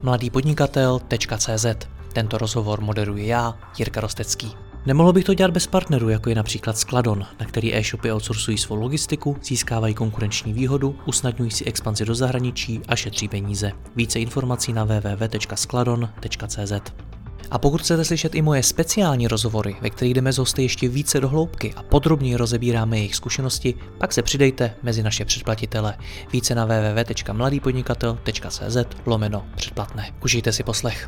mladýpodnikatel.cz. Tento rozhovor moderuji já, Jirka Rostecký. Nemohl bych to dělat bez partnerů, jako je například Skladon, na který e-shopy outsourcují svou logistiku, získávají konkurenční výhodu, usnadňují si expanzi do zahraničí a šetří peníze. Více informací na www.skladon.cz. A pokud chcete slyšet i moje speciální rozhovory, ve kterých jdeme s hosty ještě více do hloubky a podrobněji rozebíráme jejich zkušenosti, pak se přidejte mezi naše předplatitele. Více na www.mladýpodnikatel.cz/předplatné. Užijte si poslech.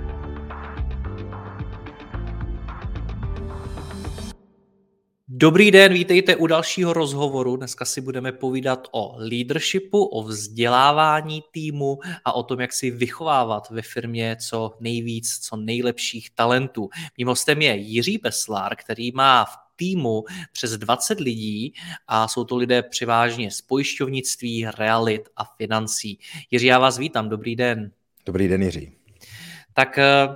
Dobrý den, vítejte u dalšího rozhovoru. Dneska si budeme povídat o leadershipu, o vzdělávání týmu a o tom, jak si vychovávat ve firmě co nejvíc, co nejlepších talentů. Mým hostem je Jiří Beslár, který má v týmu přes 20 lidí a jsou to lidé převážně z pojišťovnictví, realit a financí. Jiří, já vás vítám, dobrý den. Dobrý den, Jiří. Tak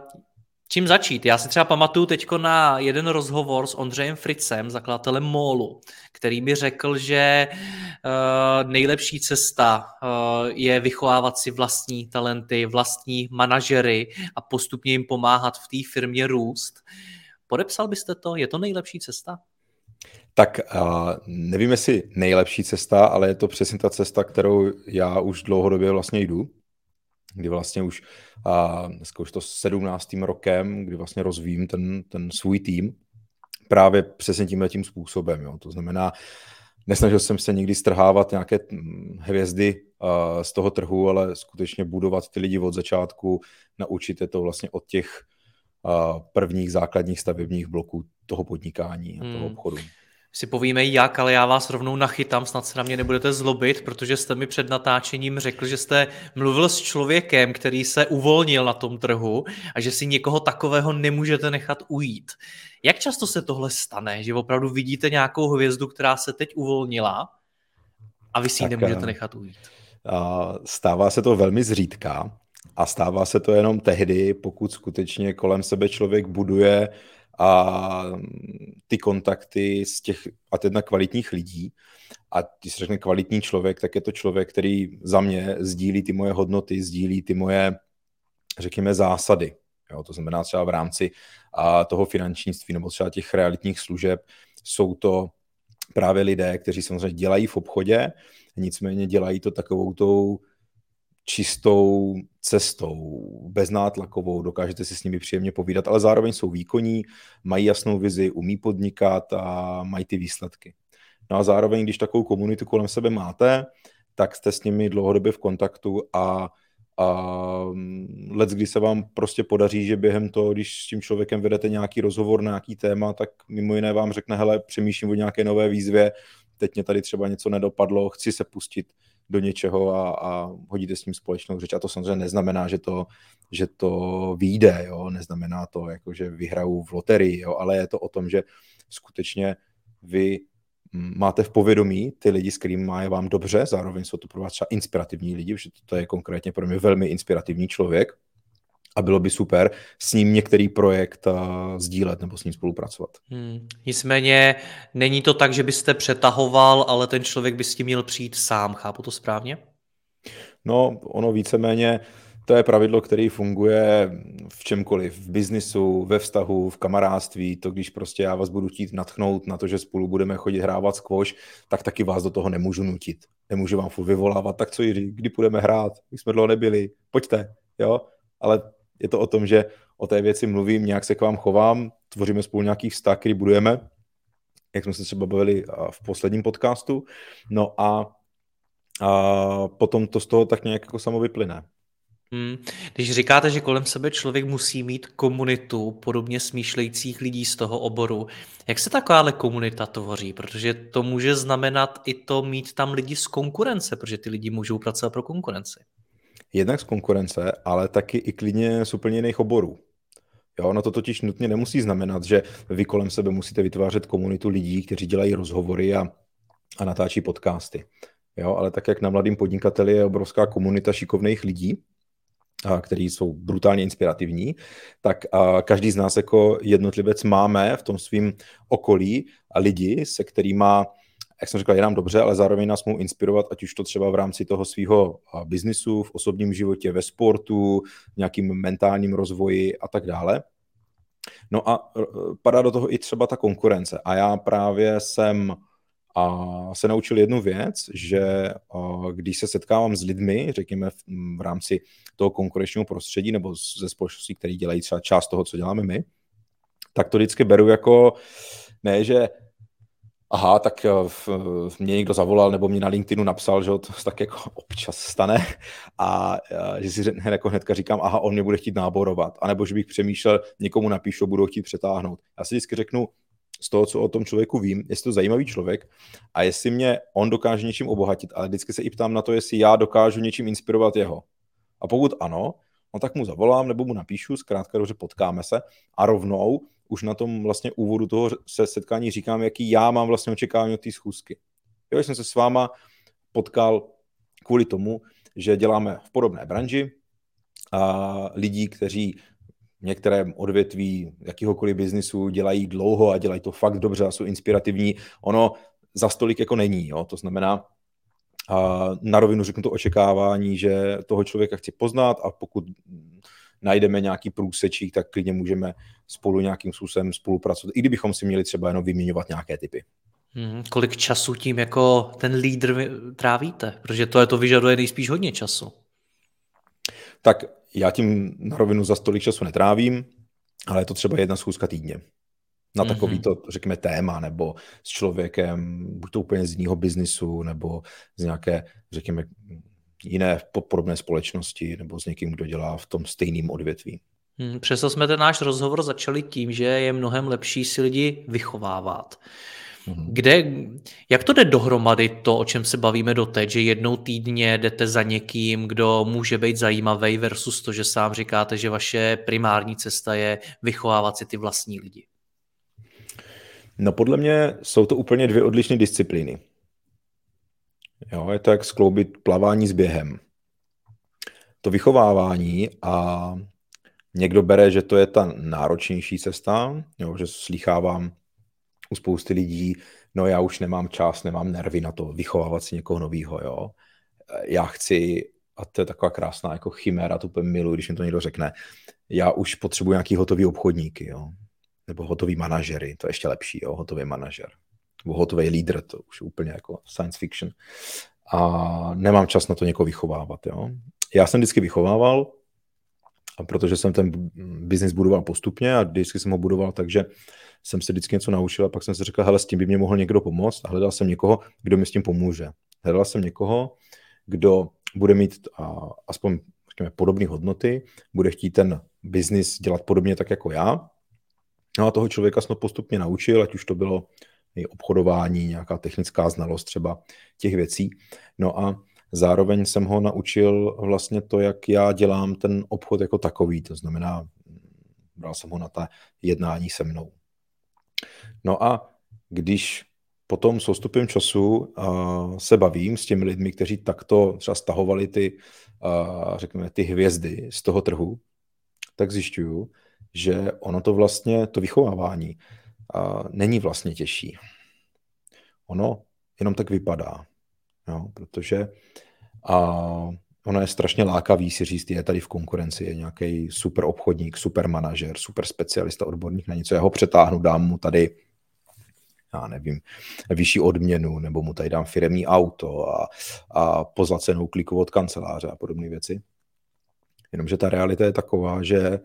čím začít? Já si třeba pamatuju teďko na jeden rozhovor s Ondřejem Fritzem, zakladatelem MOLu, který mi řekl, že nejlepší cesta je vychovávat si vlastní talenty, vlastní manažery a postupně jim pomáhat v té firmě růst. Podepsal byste to? Je to nejlepší cesta? Tak nevím, jestli nejlepší cesta, ale je to přesně ta cesta, kterou já už dlouhodobě vlastně jdu, kdy vlastně už dneska už to 17. rokem, kdy vlastně rozvíjím ten svůj tým právě přesně tímhletím způsobem. Jo. To znamená, nesnažil jsem se nikdy strhávat nějaké hvězdy z toho trhu, ale skutečně budovat ty lidi od začátku, naučit je to vlastně od těch prvních základních stavebních bloků toho podnikání a toho obchodu. Si povíme jak, ale já vás rovnou nachytám, snad se na mě nebudete zlobit, protože jste mi před natáčením řekl, že jste mluvil s člověkem, který se uvolnil na tom trhu a že si někoho takového nemůžete nechat ujít. Jak často se tohle stane, že opravdu vidíte nějakou hvězdu, která se teď uvolnila a vy si ji nemůžete nechat ujít? Stává se to velmi zřídka a stává se to jenom tehdy, pokud skutečně kolem sebe člověk buduje a ty kontakty z těch a teda kvalitních lidí. A když se řekne kvalitní člověk, tak je to člověk, který za mě sdílí ty moje hodnoty, sdílí ty moje, řekněme, zásady. Jo, to znamená třeba v rámci toho finančnictví nebo třeba těch realitních služeb jsou to právě lidé, kteří samozřejmě dělají v obchodě, nicméně dělají to takovou tou čistou cestou, beznátlakovou, dokážete si s nimi příjemně povídat, ale zároveň jsou výkonní, mají jasnou vizi, umí podnikat a mají ty výsledky. No a zároveň, když takovou komunitu kolem sebe máte, tak jste s nimi dlouhodobě v kontaktu a kdy se vám prostě podaří, že během toho, když s tím člověkem vedete nějaký rozhovor na nějaký téma, tak mimo jiné vám řekne, hele, přemýšlím o nějaké nové výzvě, teď mě tady třeba něco nedopadlo, chci se pustit do něčeho a hodíte s ním společnou řeč. A to samozřejmě neznamená, že to vyjde, jo? Neznamená to, jako, že vyhraju v loterii, jo? Ale je to o tom, že skutečně vy máte v povědomí ty lidi, s kterými je vám dobře, zároveň jsou to pro vás třeba inspirativní lidi, protože to je konkrétně pro mě velmi inspirativní člověk a bylo by super s ním některý projekt sdílet nebo s ním spolupracovat. Nicméně není to tak, že byste přetahoval, ale ten člověk by s tím měl přijít sám, chápu to správně? No, ono víceméně, to je pravidlo, které funguje v čemkoliv, v biznisu, ve vztahu, v kamarádství, to když prostě já vás budu chtít natchnout na to, že spolu budeme chodit hrávat squash, tak taky vás do toho nemůžu nutit. Nemůžu vám furt vyvolávat, tak co Jiří, kdy půjdeme hrát, my jsme dlouho nebyli, pojďte, jo, ale je to o tom, že o té věci mluvím, nějak se k vám chovám, tvoříme spolu nějaký vztah, který budujeme, jak jsme se třeba bavili v posledním podcastu, no a potom to z toho tak nějak jako samo vyplyne. Když říkáte, že kolem sebe člověk musí mít komunitu podobně smýšlejících lidí z toho oboru, jak se takováhle komunita tvoří? Protože to může znamenat i to mít tam lidi z konkurence, protože ty lidi můžou pracovat pro konkurenci. Jednak z konkurence, ale taky i klidně z úplně jiných oborů. Jo, no to totiž nutně nemusí znamenat, že vy kolem sebe musíte vytvářet komunitu lidí, kteří dělají rozhovory a natáčí podcasty. Jo, ale tak jak na Mladým podnikateli je obrovská komunita šikovných lidí, kteří jsou brutálně inspirativní, tak každý z nás jako jednotlivec máme v tom svým okolí lidi, se kterýma Jak jsem říkal, je nám dobře, ale zároveň nás mohou inspirovat, ať už to třeba v rámci toho svého biznisu, v osobním životě, ve sportu, v nějakým mentálním rozvoji a tak dále. No a padá do toho i třeba ta konkurence. A já právě jsem se naučil jednu věc, že když se setkávám s lidmi, řekněme v rámci toho konkurenčního prostředí nebo ze společností, které dělají třeba část toho, co děláme my, tak to vždycky beru jako, ne, že aha, tak mě někdo zavolal nebo mě na LinkedInu napsal, že to tak jako občas stane a že si jako hnedka říkám, aha, on mě bude chtít náborovat, anebo že bych přemýšlel, někomu napíšu, budu ho chtít přetáhnout. Já si vždycky řeknu z toho, co o tom člověku vím, jestli to zajímavý člověk a jestli mě on dokáže něčím obohatit, ale vždycky se i ptám na to, jestli já dokážu něčím inspirovat jeho. A pokud ano, no tak mu zavolám nebo mu napíšu, zkrátka dobře potkáme se a rovnou už na tom vlastně úvodu toho setkání říkám, jaký já mám vlastně očekávání od té schůzky. Jo, jsem se s váma potkal kvůli tomu, že děláme v podobné branži a lidí, kteří v některém odvětví jakýhokoliv biznisu dělají dlouho a dělají to fakt dobře a jsou inspirativní, ono za stolik jako není. Jo? To znamená, na rovinu řeknu to očekávání, že toho člověka chci poznat a pokud najdeme nějaký průsečík, tak klidně můžeme spolu nějakým způsobem spolupracovat, i kdybychom si měli třeba jenom vyměňovat nějaké typy. Kolik času tím jako ten lídr trávíte? Protože to vyžaduje nejspíš hodně času. Tak já tím na rovinu za stolik času netrávím, ale je to třeba jedna schůzka týdně. Na takovýto, řekněme, téma, nebo s člověkem, buď to úplně z jiného biznisu, nebo z nějaké, řekněme, jiné podobné společnosti, nebo s někým, kdo dělá v tom stejném odvětví. Přesto jsme ten náš rozhovor začali tím, že je mnohem lepší si lidi vychovávat. Jak to jde dohromady to, o čem se bavíme doteď, že jednou týdně jdete za někým, kdo může být zajímavý versus to, že sám říkáte, že vaše primární cesta je vychovávat si ty vlastní lidi? No podle mě jsou to úplně dvě odlišné disciplíny. Jo, je to jak skloubit plavání s během. To vychovávání a někdo bere, že to je ta náročnější cesta, jo, že slýchávám u spousty lidí, no já už nemám čas, nemám nervy na to vychovávat si někoho novýho, jo. Já chci, a to je taková krásná jako chiméra, to úplně miluji, když mi to někdo řekne, já už potřebuji nějaký hotový obchodníky, jo. Nebo hotový manažery, to je ještě lepší, jo, hotový manažer. Nebo hotový lídr, to už je úplně jako science fiction. A nemám čas na to někoho vychovávat, jo. Já jsem vždycky vychovával, a protože jsem ten biznis budoval postupně a vždycky jsem ho budoval, takže jsem se vždycky něco naučil a pak jsem si řekl, hele, s tím by mě mohl někdo pomoct a hledal jsem někoho, kdo mi s tím pomůže. Hledal jsem někoho, kdo bude mít aspoň řekněme, podobné hodnoty, bude chtít ten biznis dělat podobně tak jako já. No a toho člověka jsem postupně naučil, ať už to bylo i obchodování, nějaká technická znalost třeba těch věcí. No a zároveň jsem ho naučil vlastně to, jak já dělám ten obchod jako takový, to znamená, bral jsem ho na ta jednání se mnou. No a když potom s odstupem času se bavím s těmi lidmi, kteří takto třeba stahovali řekněme, ty hvězdy z toho trhu, tak zjišťuju, že ono to vlastně, to vychovávání není vlastně těžší. Ono jenom tak vypadá, jo, protože ono je strašně lákavý si říct, je tady v konkurenci, je nějaký super obchodník, super manažer, super specialista, odborník na něco, já ho přetáhnu, dám mu tady, já nevím, vyšší odměnu, nebo mu tady dám firemní auto a pozlacenou kliku od kanceláře a podobné věci. Jenomže ta realita je taková, že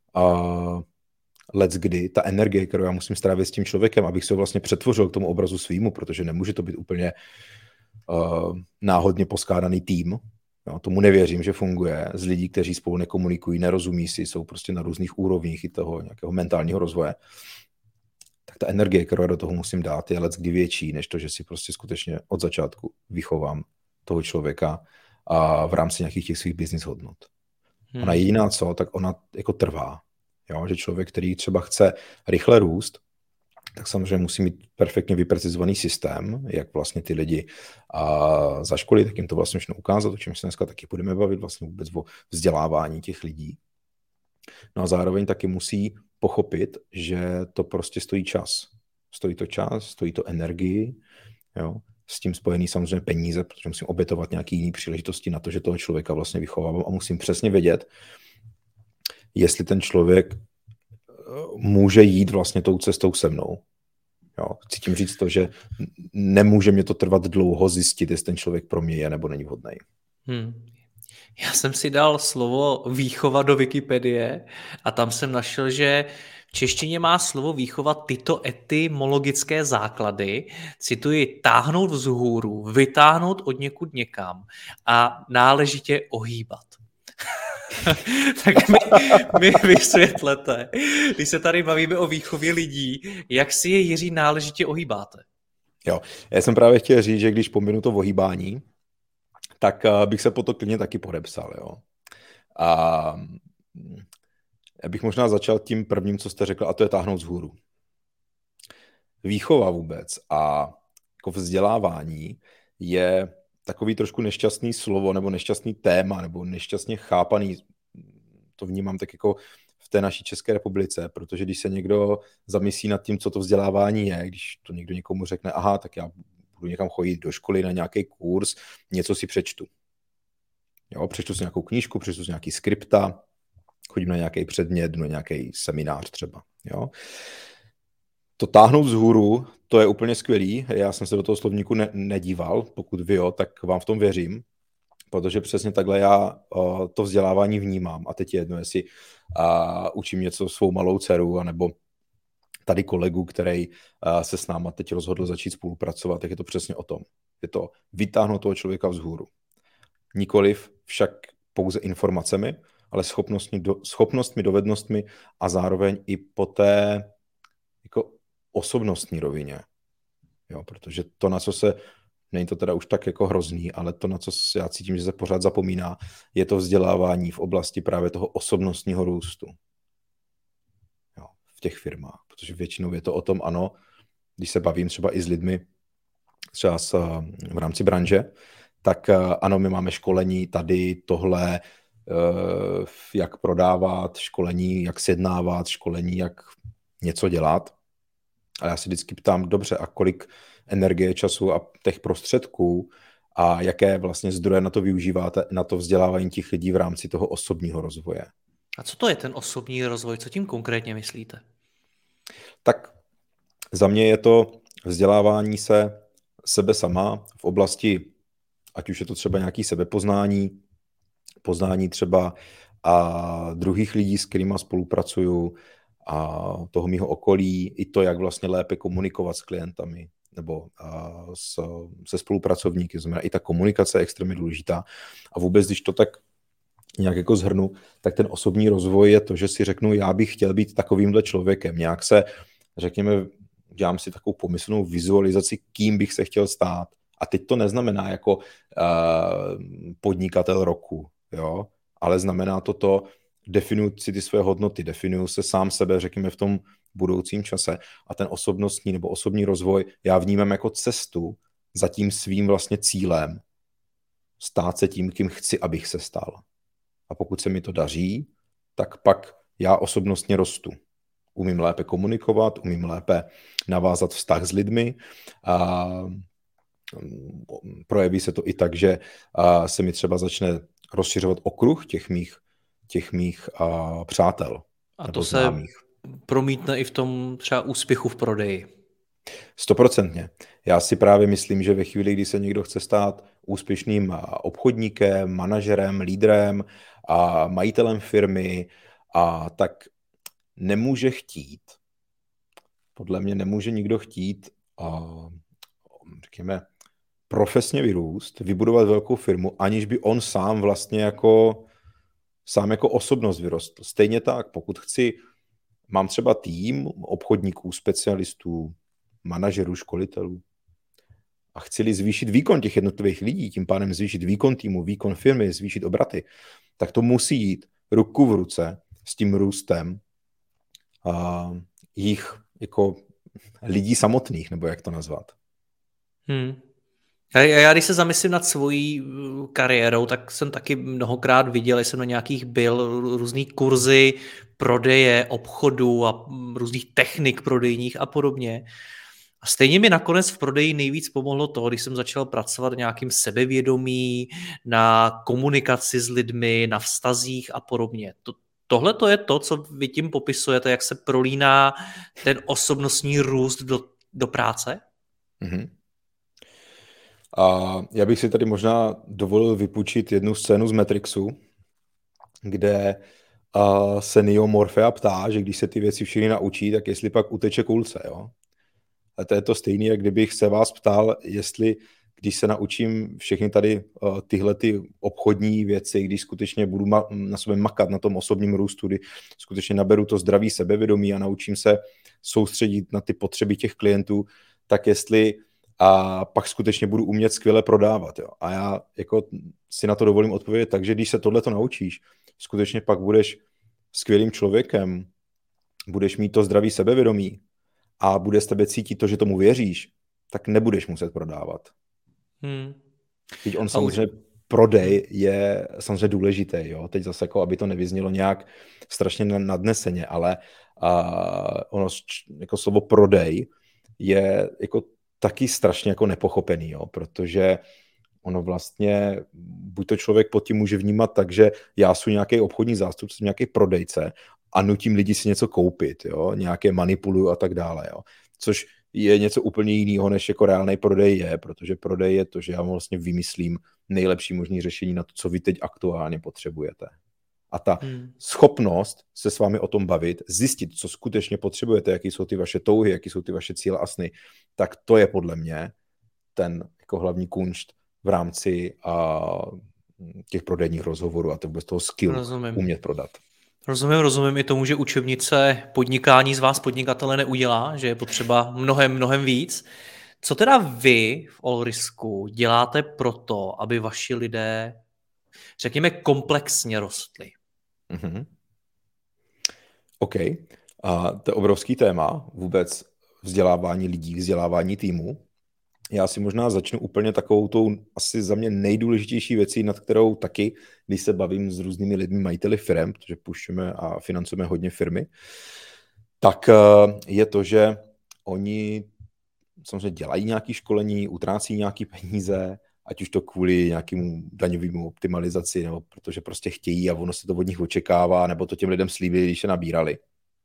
leckdy ta energie, kterou já musím strávit s tím člověkem, abych se ho vlastně přetvořil k tomu obrazu svýmu, protože nemůže to být úplně náhodně poskládaný tým. Jo, tomu nevěřím, že funguje z lidí, kteří spolu nekomunikují, nerozumí si, jsou prostě na různých úrovních i toho nějakého mentálního rozvoje. Tak ta energie, kterou já do toho musím dát, je leckdy větší, než to, že si prostě skutečně od začátku vychovám toho člověka a v rámci nějakých těch svých business hodnot. Ona jediná co, tak ona jako trvá. Jo, že člověk, který třeba chce rychle růst, tak samozřejmě musí mít perfektně vyprecizovaný systém, jak vlastně ty lidi zaškolit, tak jim to vlastně všechno ukázat, o čem se dneska taky budeme bavit, vlastně vůbec o vzdělávání těch lidí. No a zároveň taky musí pochopit, že to prostě stojí čas. Stojí to čas, stojí to energii Jo? S tím spojený samozřejmě peníze, protože musím obětovat nějaký jiný příležitosti na to, že toho člověka vlastně vychovávám a musím přesně vědět, jestli ten člověk může jít vlastně tou cestou se mnou. Jo? Chci tím říct to, že nemůže mě to trvat dlouho zjistit, jestli ten člověk pro mě je nebo není vhodný. Já jsem si dal slovo výchova do Wikipedie a tam jsem našel, že v češtině má slovo výchova tyto etymologické základy, cituji, táhnout vzhůru, vytáhnout od někud někam a náležitě ohýbat. Tak mi vysvětlete, když se tady bavíme o výchově lidí, jak si je, Jiří, náležitě ohýbáte? Jo, já jsem právě chtěl říct, že když pominu to ohýbání, tak bych se po to klidně taky podepsal. Jo. A já bych možná začal tím prvním, co jste řekl, a to je táhnout vzhůru. Výchova vůbec a jako vzdělávání je takový trošku nešťastný slovo nebo nešťastný téma nebo nešťastně chápaný, to vnímám tak jako v té naší České republice, protože když se někdo zamyslí nad tím, co to vzdělávání je, když to někdo někomu řekne, aha, tak já budu někam chodit do školy na nějaký kurz, něco si přečtu. Jo, přečtu si nějakou knížku, přečtu si nějaký skripta, chodím na nějaký předmět, na nějaký seminář třeba. Jo. To táhnout vzhůru, to je úplně skvělý. Já jsem se do toho slovníku nedíval, pokud vy jo, tak vám v tom věřím, protože přesně takhle já to vzdělávání vnímám. A teď je jedno, jestli učím něco svou malou dceru, anebo tady kolegu, který se s náma teď rozhodl začít spolupracovat, tak je to přesně o tom. Je to vytáhnout toho člověka vzhůru. Nikoliv však pouze informacemi, ale schopnostmi, dovednostmi a zároveň i po té jako osobnostní rovině. Jo, protože to, na co se, není to teda už tak jako hrozný, ale to, na co já cítím, že se pořád zapomíná, je to vzdělávání v oblasti právě toho osobnostního růstu. Jo, v těch firmách, protože většinou je to o tom, ano, když se bavím třeba i s lidmi, třeba v rámci branže, tak ano, my máme školení tady, tohle, jak prodávat, školení, jak sjednávat, školení, jak něco dělat. A já si vždycky ptám, dobře, a kolik energie, času a těch prostředků a jaké vlastně zdroje na to využíváte, na to vzdělávání těch lidí v rámci toho osobního rozvoje. A co to je ten osobní rozvoj? Co tím konkrétně myslíte? Tak za mě je to vzdělávání se sebe sama v oblasti, ať už je to třeba nějaký sebepoznání, poznání třeba a druhých lidí, s kterými spolupracuju, a toho mýho okolí, i to, jak vlastně lépe komunikovat s klientami nebo se spolupracovníky. Znamená, i ta komunikace je extrémně důležitá. A vůbec, když to tak nějak jako zhrnu, tak ten osobní rozvoj je to, že si řeknu, já bych chtěl být takovýmhle člověkem. Nějak se, řekněme, dělám si takovou pomyslnou vizualizaci, kým bych se chtěl stát. A teď to neznamená jako podnikatel roku, jo? Ale znamená to, definuju si ty své hodnoty, definuju se sám sebe, řekněme, v tom budoucím čase a ten osobnostní nebo osobní rozvoj já vnímám jako cestu za tím svým vlastně cílem stát se tím, kým chci, abych se stal. A pokud se mi to daří, tak pak já osobnostně rostu. Umím lépe komunikovat, umím lépe navázat vztah s lidmi a projeví se to i tak, že se mi třeba začne rozšiřovat okruh těch mých přátel. A to známých. Se promítne i v tom třeba úspěchu v prodeji. 100%. Já si právě myslím, že ve chvíli, kdy se někdo chce stát úspěšným obchodníkem, manažerem, lídrem a majitelem firmy, tak nemůže chtít, podle mě nemůže nikdo chtít, řekněme, profesně vyrůst, vybudovat velkou firmu, aniž by on sám vlastně jako osobnost vyrostl. Stejně tak, pokud mám třeba tým obchodníků, specialistů, manažerů, školitelů a chci-li zvýšit výkon těch jednotlivých lidí, tím pádem zvýšit výkon týmu, výkon firmy, zvýšit obraty, tak to musí jít ruku v ruce s tím růstem jich jako lidí samotných, nebo jak to nazvat. Já když se zamyslím nad svojí kariérou, tak jsem taky mnohokrát viděl, jsem na nějakých byl různý kurzy prodeje, obchodu a různých technik prodejních a podobně. A stejně mi nakonec v prodeji nejvíc pomohlo to, když jsem začal pracovat na nějakým sebevědomí, na komunikaci s lidmi, na vztazích a podobně. Tohle to je to, co vy tím popisujete, jak se prolíná ten osobnostní růst do práce? Mm-hmm. A já bych si tady možná dovolil vypůjčit jednu scénu z Matrixu, kde se Neo Morphea ptá, že když se ty věci všichni naučí, tak jestli pak uteče kulce, jo? A to je to stejné, jak kdybych se vás ptal, jestli když se naučím všechny tady tyhle ty obchodní věci, když skutečně budu na sobě makat na tom osobním růstu, kdy skutečně naberu to zdraví sebevědomí a naučím se soustředit na ty potřeby těch klientů, tak jestli a pak skutečně budu umět skvěle prodávat. Jo. A já jako si na to dovolím odpovědět tak, že když se tohleto naučíš, skutečně pak budeš skvělým člověkem, budeš mít to zdraví sebevědomí a bude z tebe cítit to, že tomu věříš, tak nebudeš muset prodávat. Teď on samozřejmě prodej je samozřejmě důležitý, jo. Teď zase jako, aby to nevyznělo nějak strašně nadneseně, ale ono jako slovo prodej je jako taky strašně jako nepochopený, jo, protože ono vlastně, buď to člověk pod tím může vnímat tak, že já jsem nějaký obchodní zástupce, jsem nějaký prodejce a nutím lidi si něco koupit, jo, nějaké manipuluju a tak dále, jo, což je něco úplně jiného, než jako reálný prodej je, protože prodej je to, že já vlastně vymyslím nejlepší možný řešení na to, co vy teď aktuálně potřebujete. A ta schopnost se s vámi o tom bavit, zjistit, co skutečně potřebujete, jaký jsou ty vaše touhy, jaký jsou ty vaše cíle a sny, tak to je podle mě ten jako hlavní kunšt v rámci těch prodejních rozhovorů a to vůbec toho skillu umět prodat. Rozumím i tomu, že učebnice podnikání z vás podnikatele neudělá, že je potřeba mnohem víc. Co teda vy v Allrisku děláte pro to, aby vaši lidé, řekněme, komplexně rostli? Mm-hmm. OK. A to je obrovský téma, vůbec vzdělávání lidí, vzdělávání týmu. Já si možná začnu úplně takovou tou asi za mě nejdůležitější věcí, nad kterou taky, když se bavím s různými lidmi, majiteli firem, protože pušťujeme a financujeme hodně firmy, tak je to, že oni samozřejmě dělají nějaké školení, utrácí nějaké peníze, ať už to kvůli nějakému daňovému optimalizaci, nebo protože prostě chtějí a ono se to od nich očekává, nebo to těm lidem slíbili, když se nabírali.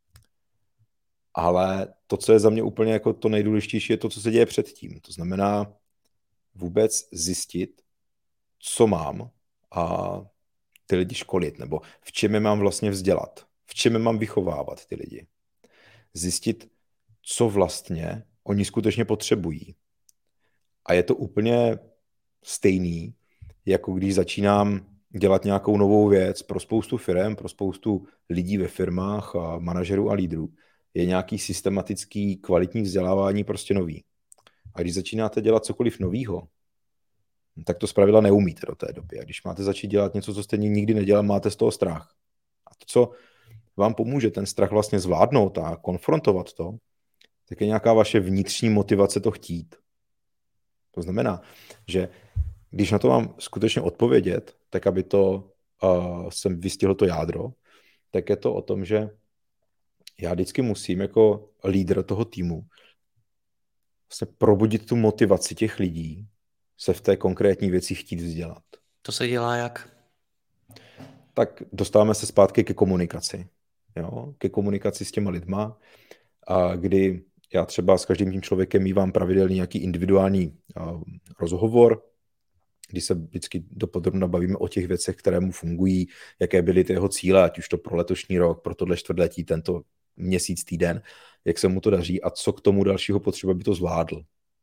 Ale to, co je za mě úplně jako to nejdůležitější, je to, co se děje předtím. To znamená vůbec zjistit, co mám a ty lidi školit, nebo v čem je mám vlastně vzdělat, v čem je mám vychovávat ty lidi. Zjistit, co vlastně oni skutečně potřebují. A je to úplně stejný, jako když začínám dělat nějakou novou věc pro spoustu firem, pro spoustu lidí ve firmách a manažerů a lídrů. Je nějaký systematický kvalitní vzdělávání prostě nový. A když začínáte dělat cokoliv novýho, tak to zpravidla neumíte do té doby. A když máte začít dělat něco, co jste nikdy nedělal, máte z toho strach. A to, co vám pomůže ten strach vlastně zvládnout a konfrontovat to, tak je nějaká vaše vnitřní motivace to chtít. To znamená, že když na to mám skutečně odpovědět, tak aby to jsem vystihl to jádro, tak je to o tom, že já vždycky musím jako lídr toho týmu vlastně probudit tu motivaci těch lidí se v té konkrétní věci chtít vzdělat. To se dělá jak? Tak dostáváme se zpátky ke komunikaci. Jo? Ke komunikaci s těma lidma, a kdy já třeba s každým tím člověkem mívám pravidelně nějaký individuální rozhovor, kdy se vždycky dopodrobna bavíme o těch věcech, které mu fungují, jaké byly ty jeho cíle, ať už to pro letošní rok, pro tohle čtvrtletí, tento měsíc, týden, jak se mu to daří a co k tomu dalšího potřeba by to zvládl.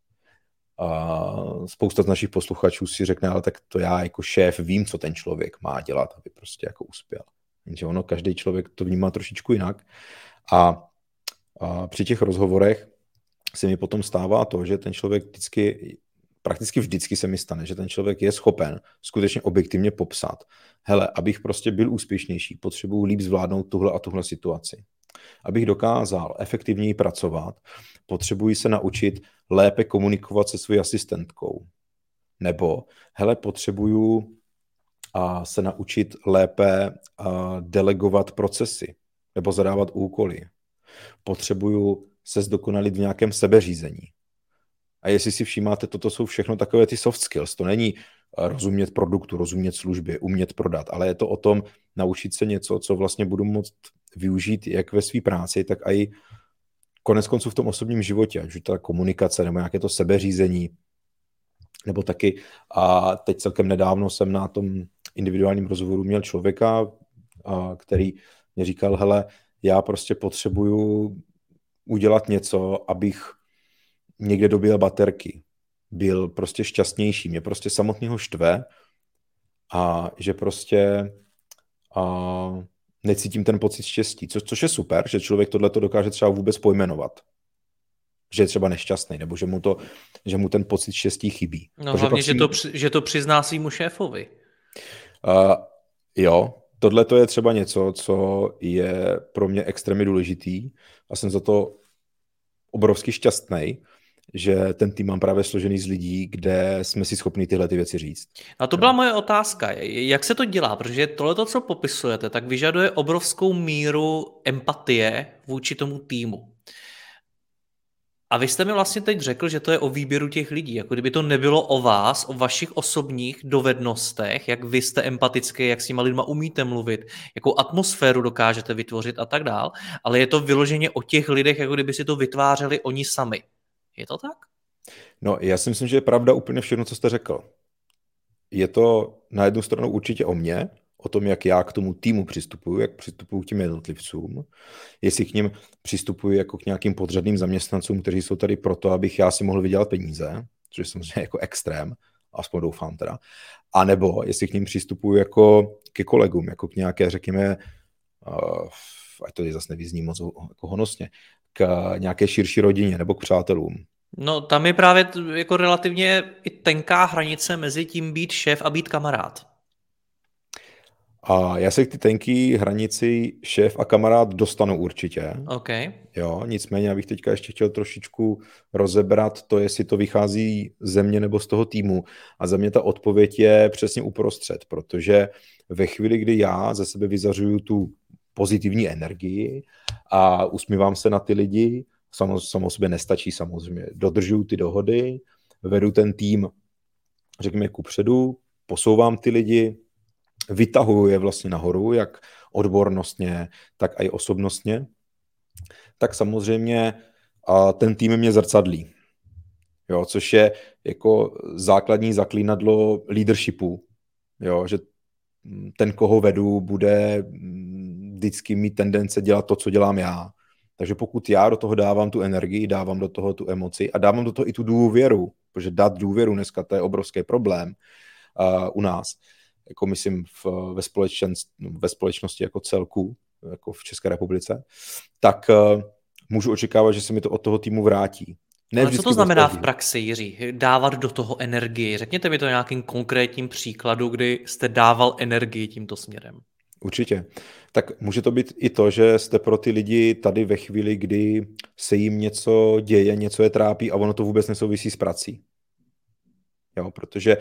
A spousta z našich posluchačů si řekne, ale tak to já jako šéf vím, co ten člověk má dělat, aby prostě jako uspěl. Jenže ono, každý člověk to vnímá trošičku jinak. A při těch rozhovorech se mi potom stává to, že ten člověk prakticky vždycky se mi stane, že ten člověk je schopen skutečně objektivně popsat. Hele, abych prostě byl úspěšnější, potřebuji líp zvládnout tuhle a tuhle situaci. Abych dokázal efektivněji pracovat, potřebuji se naučit lépe komunikovat se svou asistentkou. Nebo, hele, potřebuju se naučit lépe delegovat procesy nebo zadávat úkoly. Potřebuju se zdokonalit v nějakém sebeřízení. A jestli si všímáte, toto jsou všechno takové ty soft skills. To není rozumět produktu, rozumět službě, umět prodat, ale je to o tom naučit se něco, co vlastně budu moct využít jak ve své práci, tak i konec konců v tom osobním životě, ať už ta komunikace nebo nějaké to sebeřízení, nebo taky, a teď celkem nedávno jsem na tom individuálním rozhovoru měl člověka, který mě říkal, hele, já prostě potřebuju udělat něco, abych někde dobíjel baterky, byl prostě šťastnější, mě prostě samotného štve a že prostě necítím ten pocit štěstí, což je super, že člověk tohleto dokáže třeba vůbec pojmenovat, že je třeba nešťastný, nebo že mu ten pocit štěstí chybí. No hlavně, že to přizná svýmu šéfovi. Jo, tohle to je třeba něco, co je pro mě extrémně důležitý a jsem za to obrovsky šťastný, že ten tým mám právě složený z lidí, kde jsme si schopni tyhle ty věci říct. A to byla moje otázka. Jak se to dělá? Protože tohle, co popisujete, tak vyžaduje obrovskou míru empatie vůči tomu týmu. A vy jste mi vlastně teď řekl, že to je o výběru těch lidí. Jako kdyby to nebylo o vás, o vašich osobních dovednostech, jak vy jste empatický, jak s těma lidma umíte mluvit, jakou atmosféru dokážete vytvořit a tak dál. Ale je to vyloženě o těch lidech, jako kdyby si to vytvářeli oni sami. Je to tak? No, já si myslím, že je pravda úplně všechno, co jste řekl. Je to na jednu stranu určitě o mně, o tom, jak já k tomu týmu přistupuji, jak přistupuji k těm jednotlivcům, jestli k nim přistupuji jako k nějakým podřadným zaměstnancům, kteří jsou tady proto, abych já si mohl vydělat peníze, což je samozřejmě jako extrém, aspoň doufám teda, a nebo jestli k ním přistupuji jako ke kolegům, jako k nějaké, řekněme, ať to zase nevyzní moc jako honosně, k nějaké širší rodině nebo k přátelům. No tam je právě jako relativně i tenká hranice mezi tím být šéf a být kamarád. A já se k ty tenký hranici šéf a kamarád dostanu určitě. Okay. Jo, nicméně já bych teďka ještě chtěl trošičku rozebrat to, jestli to vychází ze mě nebo z toho týmu. A za mě ta odpověď je přesně uprostřed, protože ve chvíli, kdy já ze sebe vyzařuju tu pozitivní energii a usmívám se na ty lidi, samo sobě nestačí samozřejmě, dodržuju ty dohody, vedu ten tým, řekněme, kupředu, posouvám ty lidi, vytahuju je vlastně nahoru, jak odbornostně, tak i osobnostně, tak samozřejmě ten tým mě zrcadlí. Jo, což je jako základní zaklínadlo leadershipu. Jo, že ten, koho vedu, bude vždycky mít tendence dělat to, co dělám já. Takže pokud já do toho dávám tu energii, dávám do toho tu emoci a dávám do toho i tu důvěru, protože dát důvěru dneska to je obrovský problém u nás, jako myslím ve společnosti jako celku, jako v České republice, tak můžu očekávat, že se mi to od toho týmu vrátí. Ale co to znamená v praxi, Jiří? Dávat do toho energii? Řekněte mi to nějakým konkrétním příkladu, kdy jste dával energii tímto směrem. Určitě. Tak může to být i to, že jste pro ty lidi tady ve chvíli, kdy se jim něco děje, něco je trápí a ono to vůbec nesouvisí s prací. Jo, protože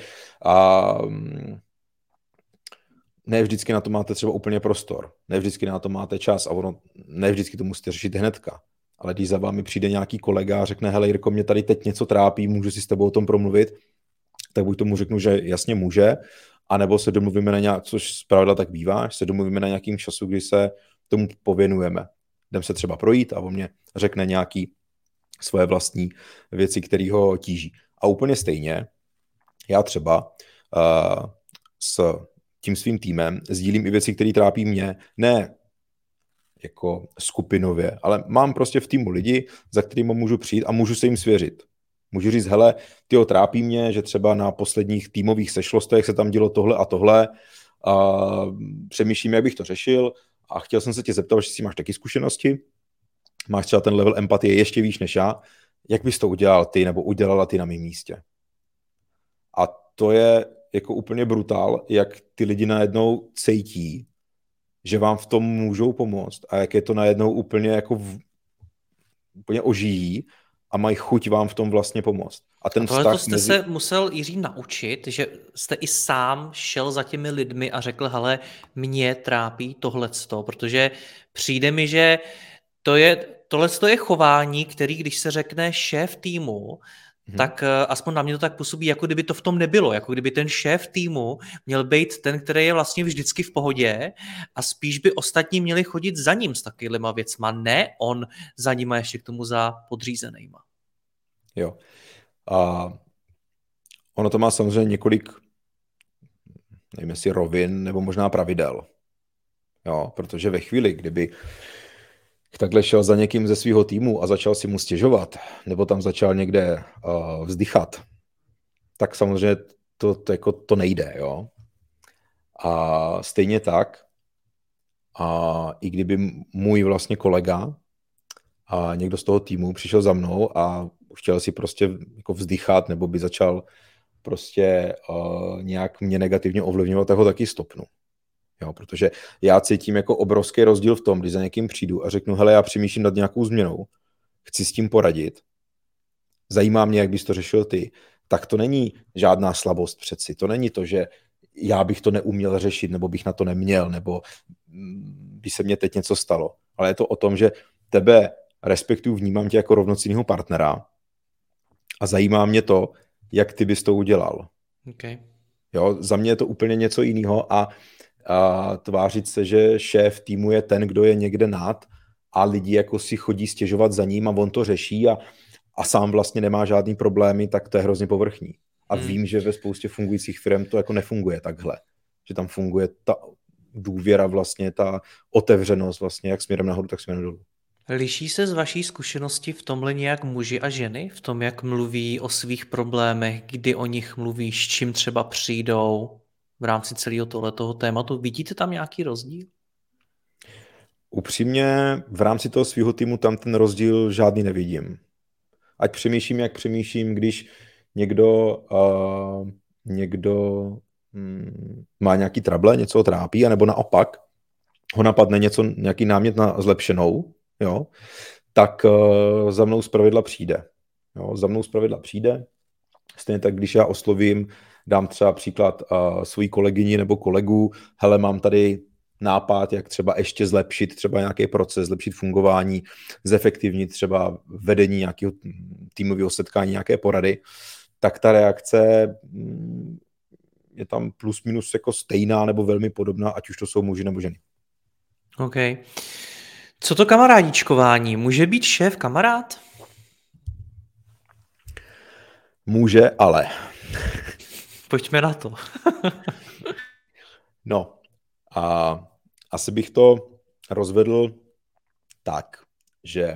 ne vždycky na to máte třeba úplně prostor, ne vždycky na to máte čas a ono ne vždycky to musíte řešit hnedka. Ale když za vámi přijde nějaký kolega a řekne, hele Jirko, mě tady teď něco trápí, můžu si s tebou o tom promluvit, tak buď tomu řeknu, že jasně může, anebo se domluvíme na nějak, což zpravidla tak bývá, se domluvíme na nějakým času, kdy se tomu pověnujeme. Jdem se třeba projít a on mě řekne nějaký svoje vlastní věci, které ho tíží. A úplně stejně, já třeba s tím svým týmem sdílím i věci, které trápí mě, ne jako skupinově, ale mám prostě v týmu lidi, za kterými můžu přijít a můžu se jim svěřit. Můžu říct, hele, tyjo, trápí mě, že třeba na posledních týmových sešlostech se tam dělo tohle a tohle, a přemýšlím, jak bych to řešil a chtěl jsem se tě zeptat, jestli máš taky zkušenosti, máš třeba ten level empatie ještě výš než já, jak bys to udělal ty nebo udělala ty na mém místě. A to je jako úplně brutál, jak ty lidi najednou cítí, že vám v tom můžou pomoct a jak je to najednou úplně jako úplně ožijí a mají chuť vám v tom vlastně pomoct. A ten vztah jste se musel, Jiří, naučit, že jste i sám šel za těmi lidmi a řekl, hele, mě trápí tohleto, protože přijde mi, že tohleto je chování, který, když se řekne šéf týmu, tak aspoň na mě to tak působí, jako kdyby to v tom nebylo, jako kdyby ten šéf týmu měl být ten, který je vlastně vždycky v pohodě a spíš by ostatní měli chodit za ním s takovýhlema věcma, ne on za nima ještě k tomu za podřízenýma. Jo. A ono to má samozřejmě několik, nevím jestli rovin, nebo možná pravidel. Jo, protože ve chvíli, kdyby takhle šel za někým ze svého týmu a začal si mu stěžovat, nebo tam začal někde vzdychat, tak samozřejmě to nejde, jo. A stejně tak, a i kdyby můj vlastně kolega a někdo z toho týmu přišel za mnou a chtěl si prostě jako vzdychat, nebo by začal prostě nějak mě negativně ovlivňovat, tak ho taky stopnu. Jo, protože já cítím jako obrovský rozdíl v tom, když za někým přijdu a řeknu, hele, já přemýšlím nad nějakou změnou, chci s tím poradit, zajímá mě, jak bys to řešil ty, tak to není žádná slabost přeci. To není to, že já bych to neuměl řešit, nebo bych na to neměl, nebo by se mně teď něco stalo. Ale je to o tom, že tebe respektuju, vnímám tě jako rovnocennýho partnera a zajímá mě to, jak ty bys to udělal. Okay. Jo, za mě je to úplně něco jiného a tvářit se, že šéf týmu je ten, kdo je někde nad a lidi jako si chodí stěžovat za ním a on to řeší a sám vlastně nemá žádný problémy, tak to je hrozně povrchní. A vím, že ve spoustě fungujících firm to jako nefunguje takhle. Že tam funguje ta důvěra vlastně, ta otevřenost vlastně, jak směrem nahoru, tak směrem dolů. Liší se z vaší zkušenosti v tomhle nějak muži a ženy? V tom, jak mluví o svých problémech, kdy o nich mluví, s čím třeba přijdou v rámci celého tohletoho tématu? Vidíte tam nějaký rozdíl? Upřímně v rámci toho svého týmu tam ten rozdíl žádný nevidím. Ať přemýšlím, jak přemýšlím, když někdo má nějaký trable, něco ho trápí, anebo naopak ho napadne nějaký námět na zlepšenou, jo, tak za mnou zpravidla přijde. Jo, za mnou zpravidla přijde. Stejně tak, když já oslovím, dám třeba příklad svojí kolegyni nebo kolegu, hele, mám tady nápad, jak třeba ještě zlepšit třeba nějaký proces, zlepšit fungování, zefektivnit třeba vedení nějakého týmového setkání, nějaké porady, tak ta reakce je tam plus minus jako stejná nebo velmi podobná, ať už to jsou muži nebo ženy. OK. Co to kamarádičkování? Může být šéf kamarád? Může, ale. Pojďme na to. No, a asi bych to rozvedl tak, že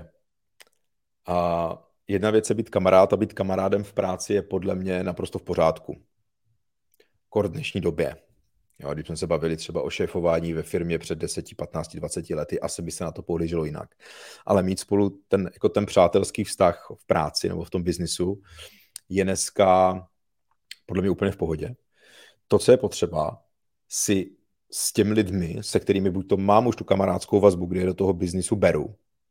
jedna věc je být kamarád a být kamarádem v práci je podle mě naprosto v pořádku. Kor v dnešní době. Jo, když jsme se bavili třeba o šéfování ve firmě před 10, 15, 20 lety, asi by se na to pohlíželo jinak. Ale mít spolu ten přátelský vztah v práci nebo v tom biznisu je dneska podle mě úplně v pohodě. To, co je potřeba, si s těmi lidmi, se kterými buď to mám už tu kamarádskou vazbu, kde je do toho biznisu beru,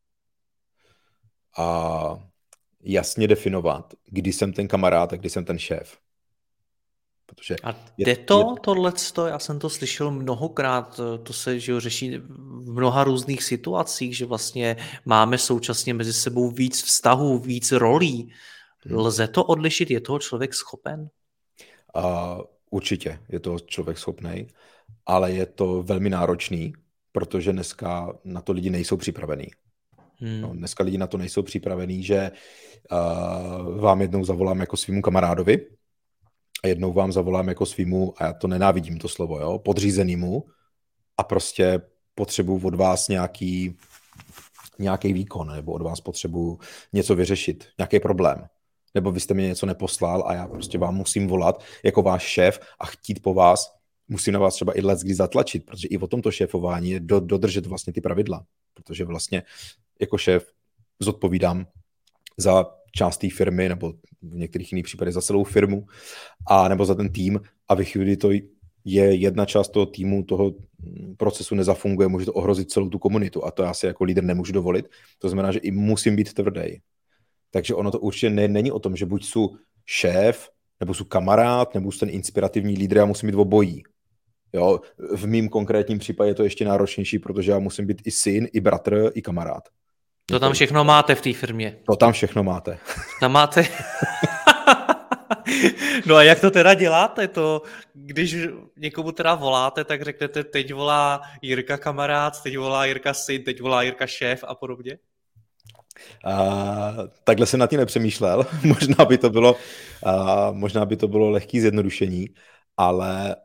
a jasně definovat, kdy jsem ten kamarád a kdy jsem ten šéf. Protože a tohleto, já jsem to slyšel mnohokrát, to se řeší v mnoha různých situacích, že vlastně máme současně mezi sebou víc vztahů, víc rolí. Lze to odlišit? Je toho člověk schopen? Určitě je to člověk schopný, ale je to velmi náročný, protože dneska na to lidi nejsou připravení. No, dneska lidi na to nejsou připravení, že vám jednou zavolám jako svýmu kamarádovi a jednou vám zavolám jako svýmu, a já to nenávidím to slovo, jo, podřízenýmu a prostě potřebuji od vás nějaký výkon, nebo od vás potřebuji něco vyřešit, nějaký problém. Nebo vy jste mi něco neposlal a já prostě vám musím volat jako váš šéf a chtít po vás, musím na vás třeba i leckdy zatlačit, protože i o tomto šéfování je dodržet vlastně ty pravidla. Protože vlastně jako šéf zodpovídám za část té firmy nebo v některých jiných případech za celou firmu a nebo za ten tým a ve chvíli to je jedna část toho týmu, toho procesu nezafunguje, může to ohrozit celou tu komunitu a to já si jako lídr nemůžu dovolit. To znamená, že i musím být tvrdý. Takže ono to určitě není o tom, že buď jsou šéf, nebo jsou kamarád, nebo jsou ten inspirativní lídr, já musím být obojí. Jo, v mým konkrétním případě je to ještě náročnější, protože já musím být i syn, i bratr, i kamarád. To tam všechno máte v té firmě. To tam všechno máte. Tam máte No a jak to teda děláte? To, když někomu teda voláte, tak řeknete, teď volá Jirka kamarád, teď volá Jirka syn, teď volá Jirka šéf a podobně? Takhle jsem nad tím nepřemýšlel. Možná by to bylo lehký zjednodušení, ale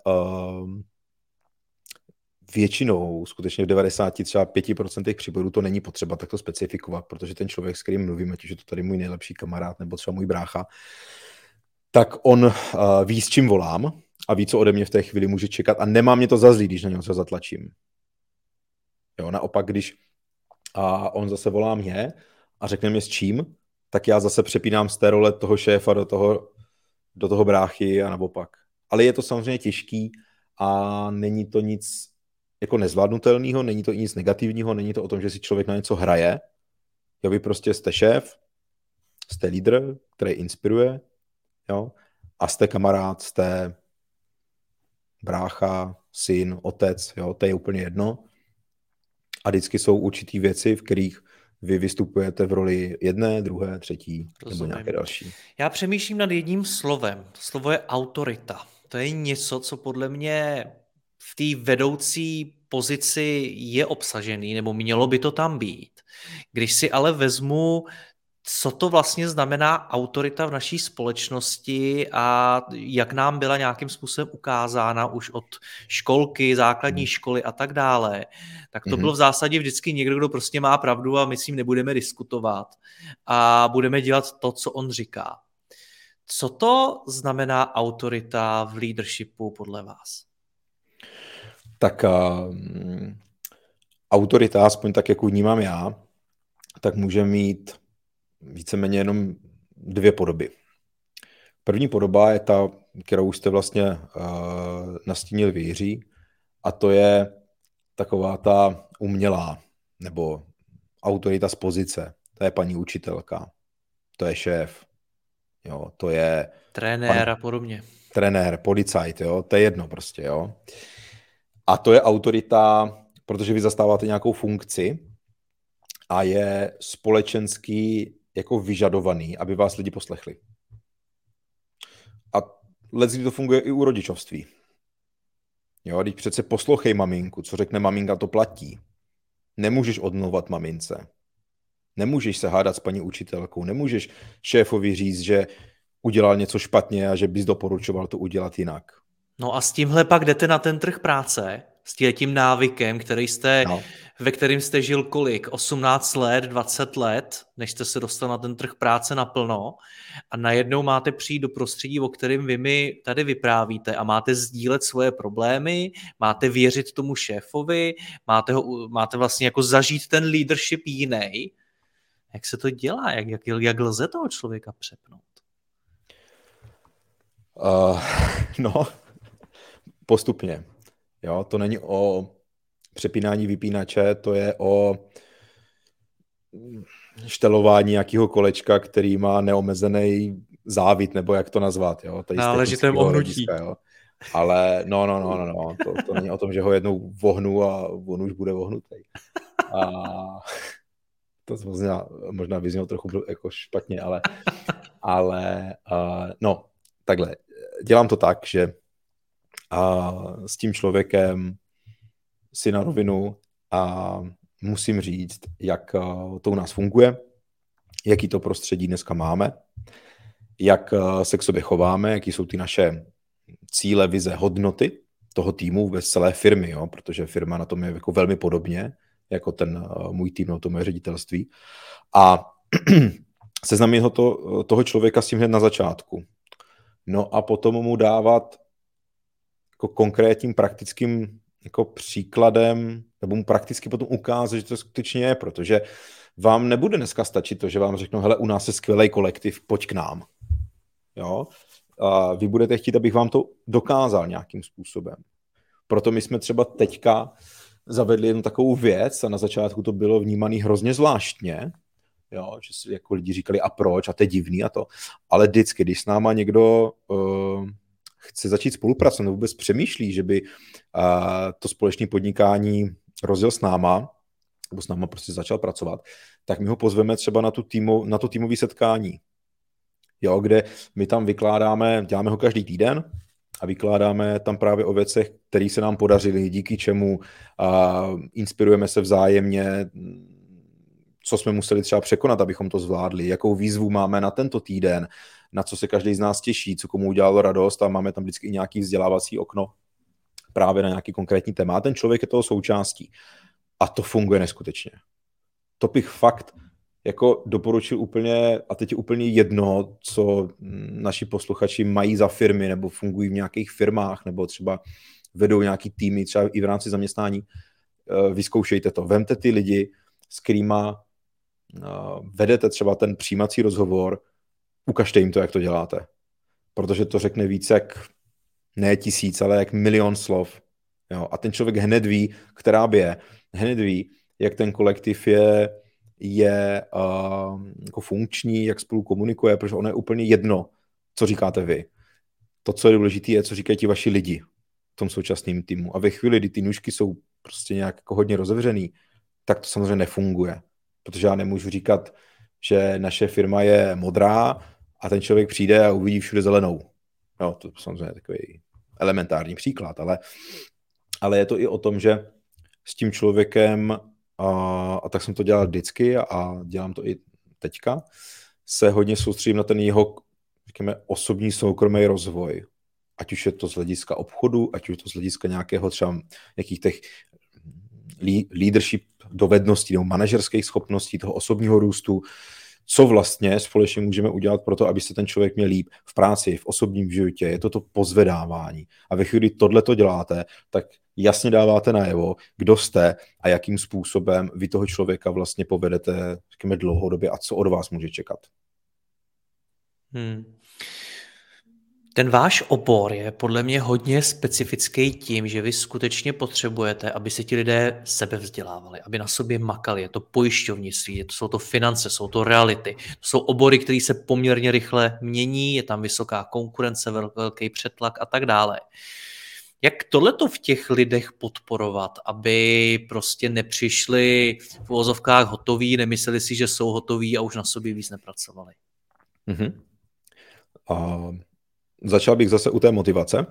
většinou, skutečně v 95% případů to není potřeba takto specifikovat, protože ten člověk, s kterým mluvím, ať už je to tady můj nejlepší kamarád nebo třeba můj brácha, tak on ví, s čím volám a ví, co ode mě v té chvíli může čekat a nemá mě to za zlý, když na něho se zatlačím. Jo, naopak, když on zase volá mě a řekne mi s čím, tak já zase přepínám z té role toho šéfa do toho bráchy a naopak. Ale je to samozřejmě těžký a není to nic jako nezvládnutelného, není to nic negativního, není to o tom, že si člověk na něco hraje. Jo, vy prostě jste šéf, jste lídr, který inspiruje, jo, a jste kamarád, jste brácha, syn, otec, jo, to je úplně jedno. A vždycky jsou určitý věci, v kterých vy vystupujete v roli jedné, druhé, třetí nebo nějaké další. Já přemýšlím nad jedním slovem. To slovo je autorita. To je něco, co podle mě v té vedoucí pozici je obsažený, nebo mělo by to tam být. Když si ale vezmu, co to vlastně znamená autorita v naší společnosti a jak nám byla nějakým způsobem ukázána už od školky, základní školy a tak dále, tak to bylo v zásadě vždycky někdo, kdo prostě má pravdu a my s ním nebudeme diskutovat a budeme dělat to, co on říká. Co to znamená autorita v leadershipu podle vás? Tak autorita, aspoň tak, jak vnímám já, tak může mít víceméně jenom dvě podoby. První podoba je ta, kterou jste vlastně nastínil vy, Jiří, a to je taková ta umělá, nebo autorita z pozice. To je paní učitelka, to je šéf, jo, to je trenér a podobně. Trenér, policajt, jo, to je jedno prostě, jo. A to je autorita, protože vy zastáváte nějakou funkci a je společensky jako vyžadovaný, aby vás lidi poslechli. A leckdy to funguje i u rodičovství. Jo, když přece poslouchej maminku, co řekne maminka, to platí. Nemůžeš odmlouvat mamince. Nemůžeš se hádat s paní učitelkou. Nemůžeš šéfovi říct, že udělal něco špatně a že bys doporučoval to udělat jinak. No a s tímhle pak jdete na ten trh práce, s tím návykem, ve kterým jste žil kolik? 18 let, 20 let, než jste se dostal na ten trh práce naplno a najednou máte přijít do prostředí, o kterém vy mi tady vyprávíte a máte sdílet svoje problémy, máte věřit tomu šéfovi, máte vlastně jako zažít ten leadership jiný. Jak se to dělá? Jak lze toho člověka přepnout? No, postupně. Jo, to není o přepínání vypínače, to je o štelování nějakého kolečka, který má neomezený závit, nebo jak to nazvat. Jo? Náležitém ohnutí. Jo? Ale no. To není o tom, že ho jednou vohnu a on už bude vohnutý. A to možná vyznělo trochu jako špatně, ale no, takhle. Dělám to tak, že s tím člověkem si na rovinu a musím říct, jak to u nás funguje, jaký to prostředí dneska máme, jak se k sobě chováme, jaký jsou ty naše cíle, vize, hodnoty toho týmu, vůbec celé firmy, jo? Protože firma na tom je jako velmi podobně, jako ten můj tým, to moje ředitelství. A seznámím toho člověka s tím hned na začátku. No a potom mu dávat jako konkrétním praktickým jako příkladem, nebo mu prakticky potom ukázat, že to skutečně je, protože vám nebude dneska stačit to, že vám řeknu, hele, u nás je skvělý kolektiv, pojď k nám. Jo? A vy budete chtít, abych vám to dokázal nějakým způsobem. Proto my jsme třeba teďka zavedli jednu takovou věc a na začátku to bylo vnímané hrozně zvláštně, jo? Že si jako lidi říkali, a proč, a to je divný a to. Ale vždycky, když s náma někdo chce začít spolupracovat, nebo vůbec přemýšlí, že by to společné podnikání rozjel s náma, nebo s náma prostě začal pracovat, tak my ho pozveme třeba na to týmové setkání. jo, kde my tam vykládáme, děláme ho každý týden a vykládáme tam právě o věcech, které se nám podařily, díky čemu inspirujeme se vzájemně, co jsme museli třeba překonat, abychom to zvládli, jakou výzvu máme na tento týden, na co se každý z nás těší, co komu udělalo radost, a máme tam vždycky i nějaký vzdělávací okno právě na nějaký konkrétní téma. Ten člověk je toho součástí. A to funguje neskutečně. To bych fakt jako doporučil úplně, a teď je úplně jedno, co naši posluchači mají za firmy, nebo fungují v nějakých firmách, nebo třeba vedou nějaký týmy, třeba i v rámci zaměstnání. Vyzkoušejte to. Vemte ty lidi, s kterýma vedete třeba ten přijímací rozhovor, ukažte jim to, jak to děláte. Protože to řekne víc jak ne 1000, ale jak 1 000 000 slov. Jo? A ten člověk hned ví, která je, hned ví, jak ten kolektiv je jako funkční, jak spolu komunikuje, protože ono je úplně jedno, co říkáte vy. To, co je důležité, je, co říkají ti vaši lidi v tom současném týmu. A ve chvíli, kdy ty nůžky jsou prostě nějak jako hodně rozevřený, tak to samozřejmě nefunguje. Protože já nemůžu říkat, že naše firma je modrá a ten člověk přijde a uvidí všude zelenou. No, to je samozřejmě takový elementární příklad, ale je to i o tom, že s tím člověkem, a tak jsem to dělal vždycky a dělám to i teďka, se hodně soustředím na ten jeho, řekněme, osobní soukromý rozvoj. Ať už je to z hlediska obchodu, ať už je to z hlediska nějakého třeba nějakých těch leadership dovedností nebo manažerských schopností, toho osobního růstu, co vlastně společně můžeme udělat pro to, aby se ten člověk měl líp v práci, v osobním životě. Je to pozvedávání. A ve chvíli, kdy tohle to děláte, tak jasně dáváte najevo, kdo jste a jakým způsobem vy toho člověka vlastně povedete, řekněme, dlouhodobě a co od vás může čekat. Ten váš obor je podle mě hodně specifický tím, že vy skutečně potřebujete, aby se ti lidé sebevzdělávali, aby na sobě makali. Je to pojišťovnictví, jsou to finance, jsou to reality. To jsou obory, které se poměrně rychle mění, je tam vysoká konkurence, velký přetlak a tak dále. Jak tohleto v těch lidech podporovat, aby prostě nepřišli v uvozovkách hotoví, nemysleli si, že jsou hotoví a už na sobě víc nepracovali? Začal bych zase u té motivace.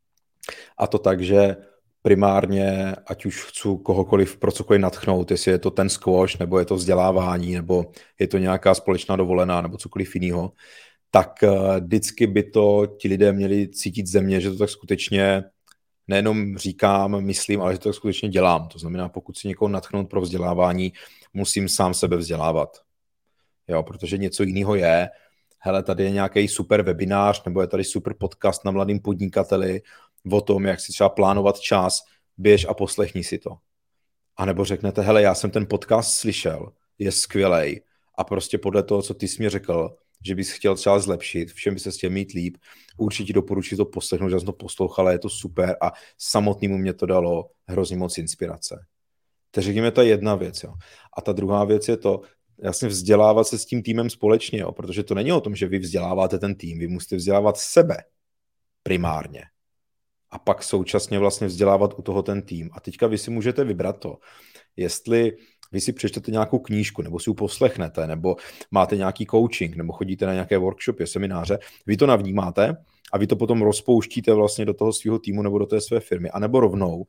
A to tak, že primárně, ať už chci kohokoliv pro cokoliv nadchnout, jestli je to ten squash, nebo je to vzdělávání, nebo je to nějaká společná dovolená, nebo cokoliv jiného, tak vždycky by to ti lidé měli cítit ze mě, že to tak skutečně nejenom říkám, myslím, ale že to tak skutečně dělám. To znamená, pokud si někoho nadchnout pro vzdělávání, musím sám sebe vzdělávat. Jo, protože něco jiného je, hele, tady je nějaký super webinář, nebo je tady super podcast na mladým podnikateli o tom, jak si třeba plánovat čas, běž a poslechni si to. A nebo řeknete, hele, já jsem ten podcast slyšel, je skvělej a prostě podle toho, co ty jsi mi řekl, že bys chtěl třeba zlepšit, všem by se chtěl mít líp, určitě doporučuji to poslechnout, že jsem to poslouchal, je to super a samotnému mě to dalo hrozně moc inspirace. Takže řekněme, to je jedna věc. Jo. A ta druhá věc je to, jasně vzdělávat se s tím týmem společně, jo, protože to není o tom, že vy vzděláváte ten tým, vy musíte vzdělávat sebe primárně a pak současně vlastně vzdělávat u toho ten tým. A teďka vy si můžete vybrat to, jestli vy si přečtete nějakou knížku, nebo si ji poslechnete, nebo máte nějaký coaching, nebo chodíte na nějaké workshopy, semináře, vy to navnímáte a vy to potom rozpouštíte vlastně do toho svého týmu nebo do té své firmy, anebo rovnou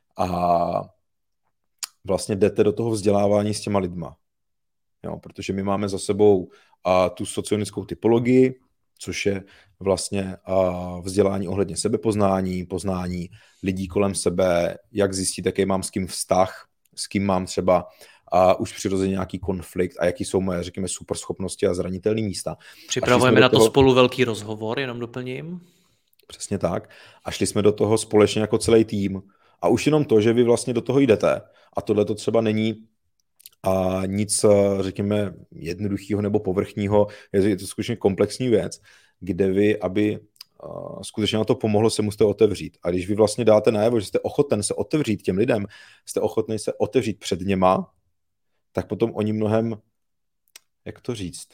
a vlastně jdete do toho vzdělávání s těma lidma. Jo, protože my máme za sebou tu sociologickou typologii, což je vlastně vzdělání ohledně sebepoznání, poznání lidí kolem sebe, jak zjistit, jaký mám s kým vztah, s kým mám třeba už přirozeně nějaký konflikt a jaký jsou moje, řekněme, superschopnosti a zranitelné místa. Připravujeme na to spolu velký rozhovor, jenom doplním. Přesně tak. A šli jsme do toho společně jako celý tým. A už jenom to, že vy vlastně do toho jdete a tohle to třeba není nic, řekněme, jednoduchého nebo povrchního, je to skutečně komplexní věc, kde vy, aby skutečně na to pomohlo, se musíte otevřít. A když vy vlastně dáte najevo, že jste ochoten se otevřít těm lidem, jste ochotný se otevřít před něma, tak potom oni mnohem, jak to říct,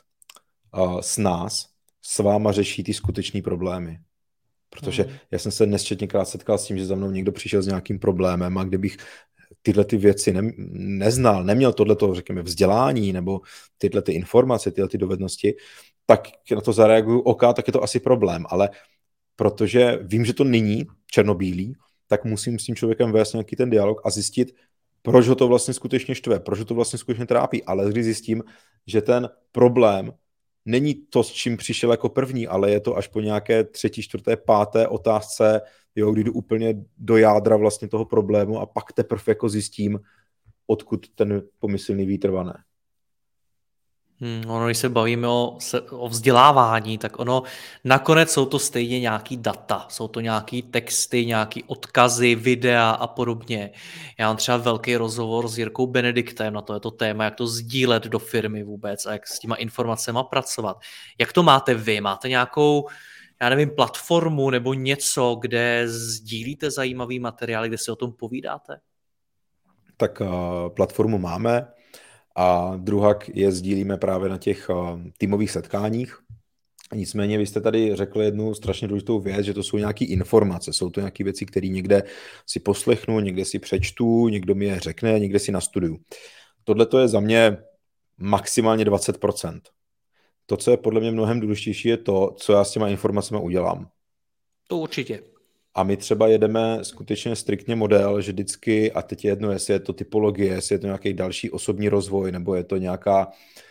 s váma řeší ty skutečný problémy. Protože já jsem se nesčetněkrát setkal s tím, že za mnou někdo přišel s nějakým problémem a kdybych tyhle ty věci neznal, neměl tohleto, řekněme, vzdělání nebo tyhle ty informace, tyhle ty dovednosti, tak na to zareaguju, OK, tak je to asi problém, ale protože vím, že to není černobílý, tak musím s tím člověkem vést nějaký ten dialog a zjistit, proč ho to vlastně skutečně štve, proč ho to vlastně skutečně trápí. Ale když zjistím, že ten problém není to, s čím přišel jako první, ale je to až po nějaké třetí, čtvrté, páté otázce, jo, kdy jdu úplně do jádra vlastně toho problému a pak teprve jako zjistím, odkud ten pomyslný vítr vane. Ono, když se bavíme o vzdělávání, tak ono nakonec jsou to stejně nějaký data, jsou to nějaký texty, nějaký odkazy, videa a podobně. Já mám třeba velký rozhovor s Jirkou Benediktem na to téma, jak to sdílet do firmy vůbec a jak s těma informacemi pracovat. Jak to máte vy? Máte nějakou, já nevím, platformu nebo něco, kde sdílíte zajímavý materiály, kde si o tom povídáte? Tak platformu máme. A druhak je sdílíme právě na těch týmových setkáních. Nicméně vy jste tady řekl jednu strašně důležitou věc, že to jsou nějaké informace, jsou to nějaké věci, které někde si poslechnu, někde si přečtu, někdo mi je řekne, někde si nastuduju. Tohle to je za mě maximálně 20%. To, co je podle mě mnohem důležitější, je to, co já s těma informacemi udělám. To určitě. A my třeba jedeme skutečně striktně model, že vždycky, a teď je jedno, jestli je to typologie, jestli je to nějaký další osobní rozvoj, nebo je to nějaká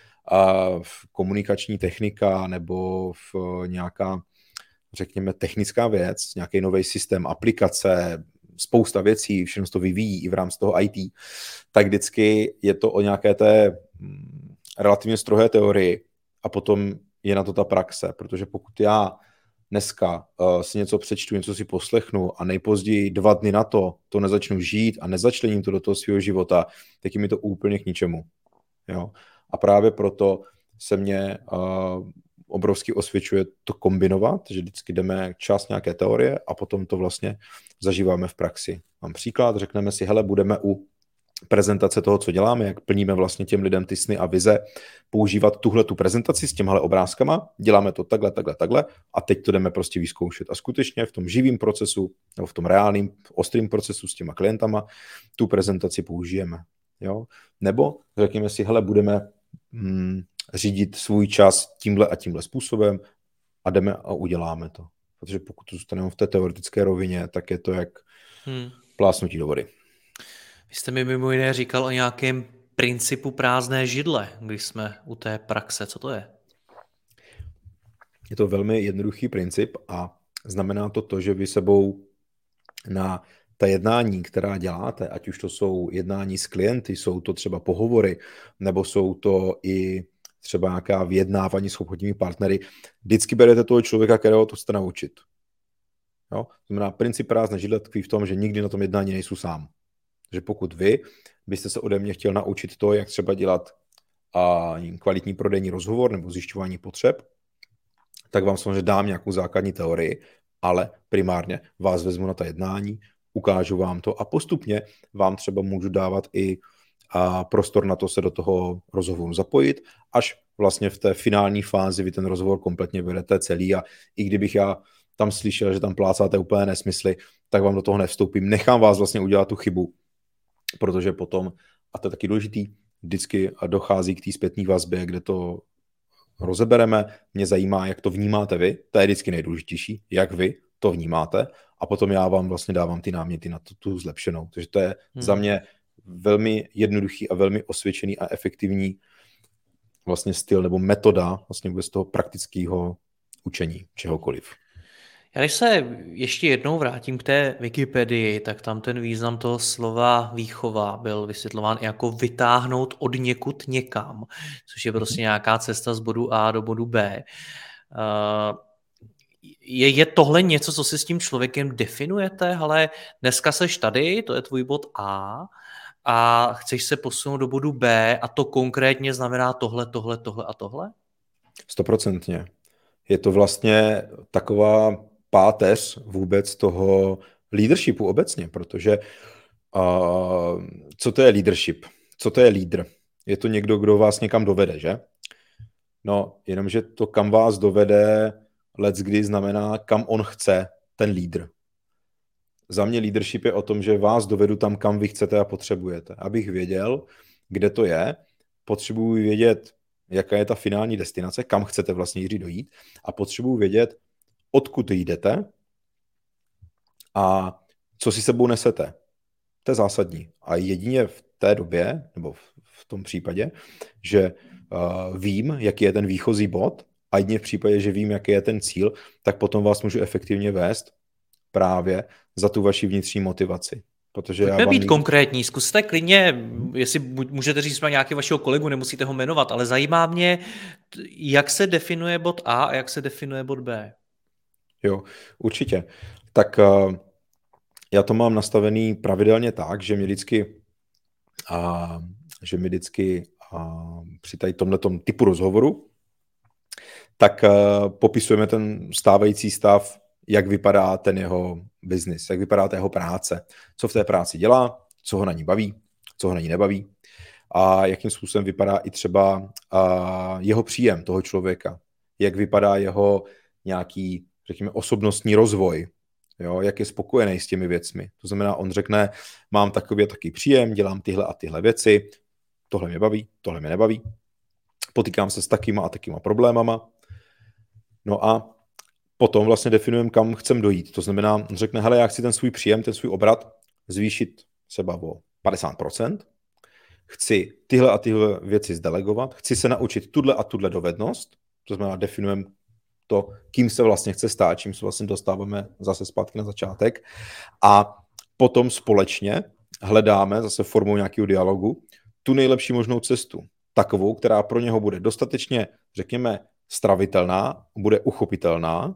komunikační technika, nebo nějaká, řekněme, technická věc, nějaký nový systém, aplikace, spousta věcí, všechno se to vyvíjí i v rámci toho IT, tak vždycky je to o nějaké té relativně strohé teorii a potom je na to ta praxe, protože pokud já dneska si něco přečtu, něco si poslechnu a nejpozději 2 dny na to nezačnu žít a nezačlením to do toho svého života, tak je mi to úplně k ničemu. Jo? A právě proto se mně obrovsky osvědčuje to kombinovat, že vždycky jdeme část nějaké teorie a potom to vlastně zažíváme v praxi. Mám příklad, řekneme si, hele, budeme u prezentace toho, co děláme, jak plníme vlastně těm lidem ty sny a vize, používat tuhle tu prezentaci s těmhle obrázkama, děláme to takhle a teď to jdeme prostě vyzkoušet. A skutečně v tom živém procesu, nebo v tom reálném, ostrým procesu s těma klientama tu prezentaci použijeme. Jo? Nebo řekněme si, hele, budeme řídit svůj čas tímhle a tímhle způsobem a jdeme a uděláme to. Protože pokud to zůstaneme v té teoretické rovině, tak je to jak plásnutí do vody. Vy jste mi mimo jiné říkal o nějakém principu prázdné židle, když jsme u té praxe. Co to je? Je to velmi jednoduchý princip a znamená to, že vy sebou na ta jednání, která děláte, ať už to jsou jednání s klienty, jsou to třeba pohovory, nebo jsou to i třeba nějaká vyjednávání s obchodními partnery, vždycky berete toho člověka, kterého to chcete naučit. Jo? Znamená, princip prázdné židle tkví v tom, že nikdy na tom jednání nejsou sám. Že pokud vy byste se ode mě chtěl naučit to, jak třeba dělat kvalitní prodejní rozhovor nebo zjišťování potřeb, tak vám samozřejmě dám nějakou základní teorii, ale primárně vás vezmu na ta jednání, ukážu vám to a postupně vám třeba můžu dávat i prostor na to se do toho rozhovoru zapojit, až vlastně v té finální fázi vy ten rozhovor kompletně vedete celý a i kdybych já tam slyšel, že tam plácáte úplně nesmysly, tak vám do toho nevstoupím. Nechám vás vlastně udělat tu chybu, protože potom, a to je taky důležitý, vždycky dochází k té zpětné vazbě, kde to rozebereme. Mě zajímá, jak to vnímáte vy, to je vždycky nejdůležitější, jak vy to vnímáte a potom já vám vlastně dávám ty náměty na tu zlepšenou. Takže to je za mě velmi jednoduchý a velmi osvědčený a efektivní vlastně styl nebo metoda vlastně vůbec toho praktického učení čehokoliv. Já když se ještě jednou vrátím k té Wikipedii, tak tam ten význam toho slova výchova byl vysvětlován jako vytáhnout od někud někam, což je prostě nějaká cesta z bodu A do bodu B. Je tohle něco, co si s tím člověkem definujete? Ale dneska seš tady, to je tvůj bod A chceš se posunout do bodu B a to konkrétně znamená tohle a tohle? 100%. Je to vlastně taková páteř vůbec toho leadershipu obecně, protože co to je leadership? Co to je lídr? Je to někdo, kdo vás někam dovede, že? No, jenomže to, kam vás dovede, leckdy znamená, kam on chce, ten lídr. Za mě leadership je o tom, že vás dovedu tam, kam vy chcete a potřebujete. Abych věděl, kde to je, potřebuji vědět, jaká je ta finální destinace, kam chcete vlastně Jiří dojít a potřebuji vědět, odkud jdete a co si sebou nesete. To je zásadní. A jedině v té době, nebo v tom případě, že vím, jaký je ten výchozí bod a jedině v případě, že vím, jaký je ten cíl, tak potom vás můžu efektivně vést právě za tu vaši vnitřní motivaci. Protože Pojďme být konkrétní, zkuste klidně, jestli můžete říct nějakého vašeho kolegu, nemusíte ho jmenovat, ale zajímá mě, jak se definuje bod A a jak se definuje bod B. Jo, určitě. Tak já to mám nastavený pravidelně tak, že mi vždycky při tady tomhletom typu rozhovoru tak popisujeme ten stávající stav, jak vypadá ten jeho biznis, jak vypadá ta jeho práce, co v té práci dělá, co ho na ní baví, co ho na ní nebaví a jakým způsobem vypadá i třeba jeho příjem toho člověka, jak vypadá jeho nějaký, řekněme, osobnostní rozvoj, jo, jak je spokojený s těmi věcmi. To znamená, on řekne, mám takový příjem, dělám tyhle a tyhle věci, tohle mě baví, tohle mě nebaví, potýkám se s takýma a takýma problémama. No a potom vlastně definujeme, kam chcem dojít. To znamená, on řekne, hele, já chci ten svůj příjem, ten svůj obrat zvýšit třeba o 50%, chci tyhle a tyhle věci zdelegovat, chci se naučit tuhle a tuhle dovednost, to znamená, definujeme to, kým se vlastně chce stát, čím se vlastně dostáváme zase zpátky na začátek a potom společně hledáme zase formou nějakého dialogu tu nejlepší možnou cestu, takovou, která pro něho bude dostatečně, řekněme, stravitelná, bude uchopitelná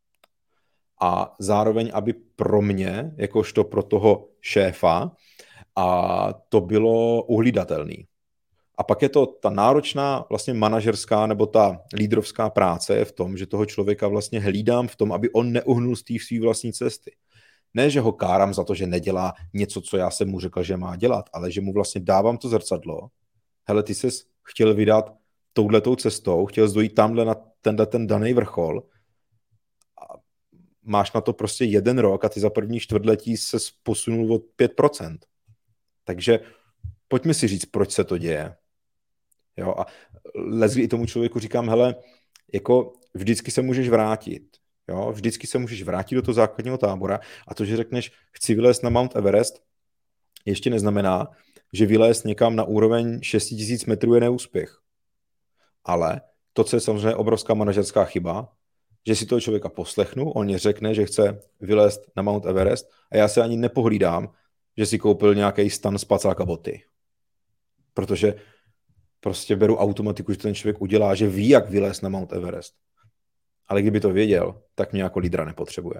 a zároveň, aby pro mě, jakožto pro toho šéfa, a to bylo uhlídatelný. A pak je to ta náročná vlastně manažerská nebo ta lídrovská práce je v tom, že toho člověka vlastně hlídám v tom, aby on neuhnul z té své vlastní cesty. Ne, že ho kárám za to, že nedělá něco, co já jsem mu řekl, že má dělat, ale že mu vlastně dávám to zrcadlo. Hele, ty ses chtěl vydat touhletou cestou, chtěl dojít tamhle na ten daný vrchol a máš na to prostě 1 rok a ty za první čtvrtletí se posunul o 5%. Takže pojďme si říct, proč se to děje. Jo, a lezli i tomu člověku říkám, hele, jako vždycky se můžeš vrátit. Jo, vždycky se můžeš vrátit do toho základního tábora a to, že řekneš, chci vylézt na Mount Everest, ještě neznamená, že vylézt někam na úroveň 6000 metrů je neúspěch. Ale to, co je samozřejmě obrovská manažerská chyba, že si toho člověka poslechnu, on mě řekne, že chce vylézt na Mount Everest a já se ani nepohlídám, že si koupil nějaký stan spacák a boty. Protože prostě beru automatiku, že ten člověk udělá, že ví, jak vylézt na Mount Everest. Ale kdyby to věděl, tak mě jako lídra nepotřebuje.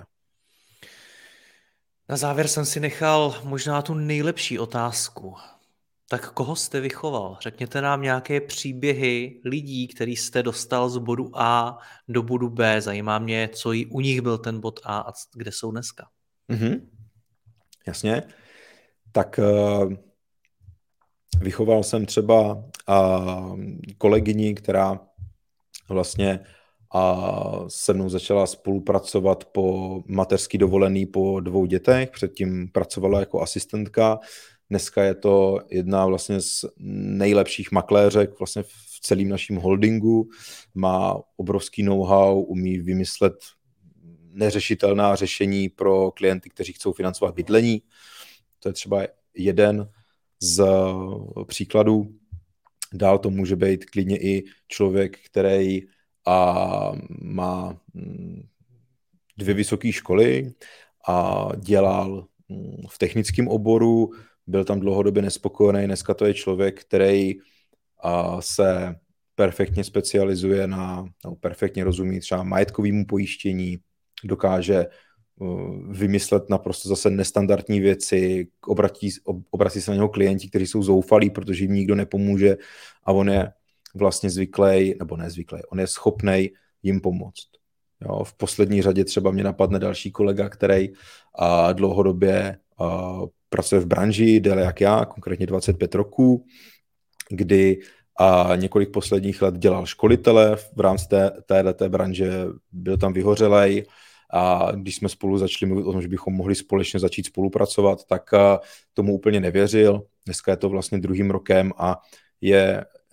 Na závěr jsem si nechal možná tu nejlepší otázku. Tak koho jste vychoval? Řekněte nám nějaké příběhy lidí, který jste dostal z bodu A do bodu B. Zajímá mě, co i u nich byl ten bod A kde jsou dneska. Jasně. Tak vychoval jsem třeba kolegyni, která vlastně se mnou začala spolupracovat po mateřský dovolený po 2 dětech, předtím pracovala jako asistentka. Dneska je to jedna vlastně z nejlepších makléřek vlastně v celém našem holdingu. Má obrovský know-how, umí vymyslet neřešitelná řešení pro klienty, kteří chcou financovat bydlení. To je třeba jeden z příkladů. Dál to může být klidně i člověk, který má 2 vysoké školy a dělal v technickém oboru, byl tam dlouhodobě nespokojený. Dneska to je člověk, který se perfektně specializuje perfektně rozumí třeba majetkovému pojištění, dokáže vymyslet naprosto zase nestandardní věci, obrací se na něho klienti, kteří jsou zoufalí, protože jim nikdo nepomůže a on je vlastně on je schopnej jim pomoct. Jo, v poslední řadě třeba mě napadne další kolega, který dlouhodobě pracuje v branži, déle jak já, konkrétně 25 roků, kdy několik posledních let dělal školitele v rámci této branže, byl tam vyhořelej a když jsme spolu začali mluvit o tom, že bychom mohli společně začít spolupracovat, tak tomu úplně nevěřil. Dneska je to vlastně 2. rokem a je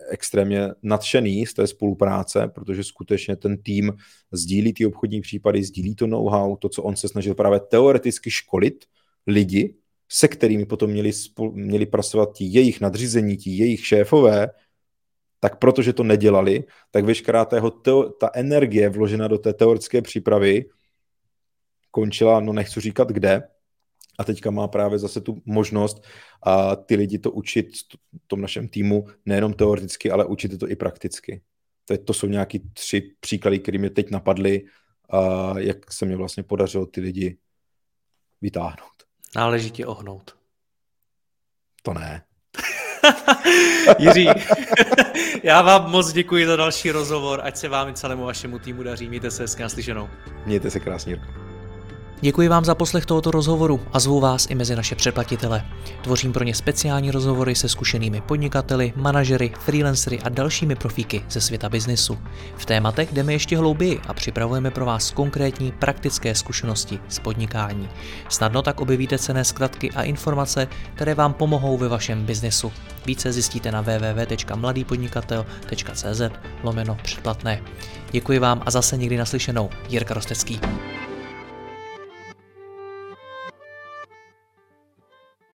extrémně nadšený z té spolupráce, protože skutečně ten tým sdílí ty obchodní případy, sdílí to know-how, to, co on se snažil právě teoreticky školit lidi, se kterými potom měli pracovat ti jejich nadřízení, ti jejich šéfové, tak protože to nedělali, tak veškerá ta energie vložená do té teoretické přípravy končila, no nechci říkat kde, a teďka má právě zase tu možnost ty lidi to učit v tom našem týmu nejenom teoreticky, ale učit to i prakticky. To jsou nějaký 3 příklady, které mě teď napadly, jak se mi vlastně podařilo ty lidi vytáhnout. Náležitě ohnout. To ne. Jiří, já vám moc děkuji za další rozhovor, ať se vám i celému vašemu týmu daří, mějte se hezky, naslyšenou. Mějte se krásně, Jirko. Děkuji vám za poslech tohoto rozhovoru a zvu vás i mezi naše předplatitele. Tvořím pro ně speciální rozhovory se zkušenými podnikateli, manažery, freelancery a dalšími profíky ze světa biznisu. V tématech jdeme ještě hlouběji a připravujeme pro vás konkrétní praktické zkušenosti z podnikání. Snadno tak objevíte cenné zkratky a informace, které vám pomohou ve vašem biznisu. Více zjistíte na www.mladýpodnikatel.cz/předplatné. Děkuji vám a zase někdy naslyšenou. Jirka Rostecký.